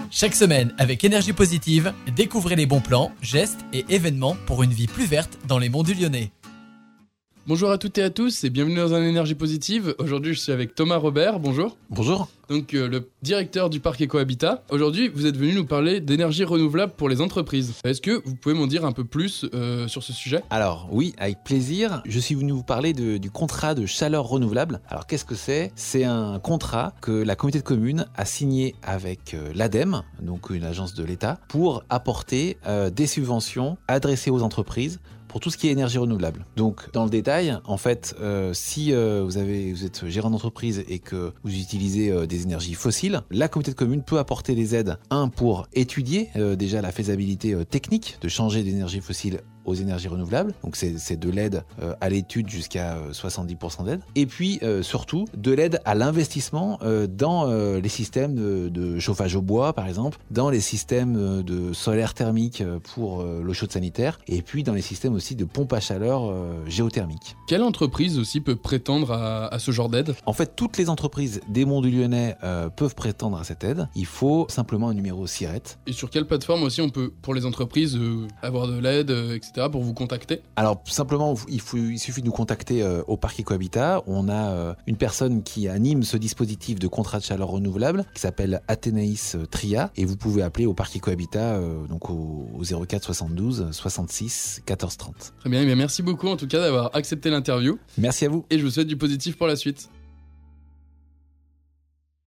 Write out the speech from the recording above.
Chaque semaine, avec énergie positive, découvrez les bons plans, gestes et événements pour une vie plus verte dans les monts du Lyonnais. Bonjour à toutes et à tous et bienvenue dans un énergie positive. Aujourd'hui, je suis avec Thomas Robert. Bonjour. Bonjour. Donc, le directeur du parc Ecohabitat. Aujourd'hui, vous êtes venu nous parler d'énergie renouvelable pour les entreprises. Est-ce que vous pouvez m'en dire un peu plus sur ce sujet ? Alors oui, avec plaisir. Je suis venu vous parler du contrat de chaleur renouvelable. Alors qu'est-ce que c'est ? C'est un contrat que la communauté de communes a signé avec l'ADEME, donc une agence de l'État, pour apporter des subventions adressées aux entreprises pour tout ce qui est énergie renouvelable. Donc, dans le détail, en fait, si vous êtes gérant d'entreprise et que vous utilisez des énergies fossiles, la communauté de communes peut apporter des aides, pour étudier déjà la faisabilité technique de changer d'énergie fossile aux énergies renouvelables, donc c'est de l'aide à l'étude jusqu'à 70% d'aide, et puis surtout de l'aide à l'investissement dans les systèmes de chauffage au bois par exemple, dans les systèmes de solaire thermique pour l'eau chaude sanitaire, et puis dans les systèmes aussi de pompe à chaleur géothermique. Quelle entreprise aussi peut prétendre à ce genre d'aide ? En fait, toutes les entreprises des Monts du Lyonnais peuvent prétendre à cette aide. Il faut simplement un numéro SIRET. Et sur quelle plateforme aussi on peut, pour les entreprises, avoir de l'aide, etc., pour vous contacter ? Alors simplement, il suffit de nous contacter au parc Ecohabitat. On a une personne qui anime ce dispositif de contrat de chaleur renouvelable qui s'appelle Athénaïs Tria, et vous pouvez appeler au parc Ecohabitat donc au 04 72 66 14 30. Très bien, et bien merci beaucoup en tout cas d'avoir accepté l'interview. Merci à vous. Et je vous souhaite du positif pour la suite.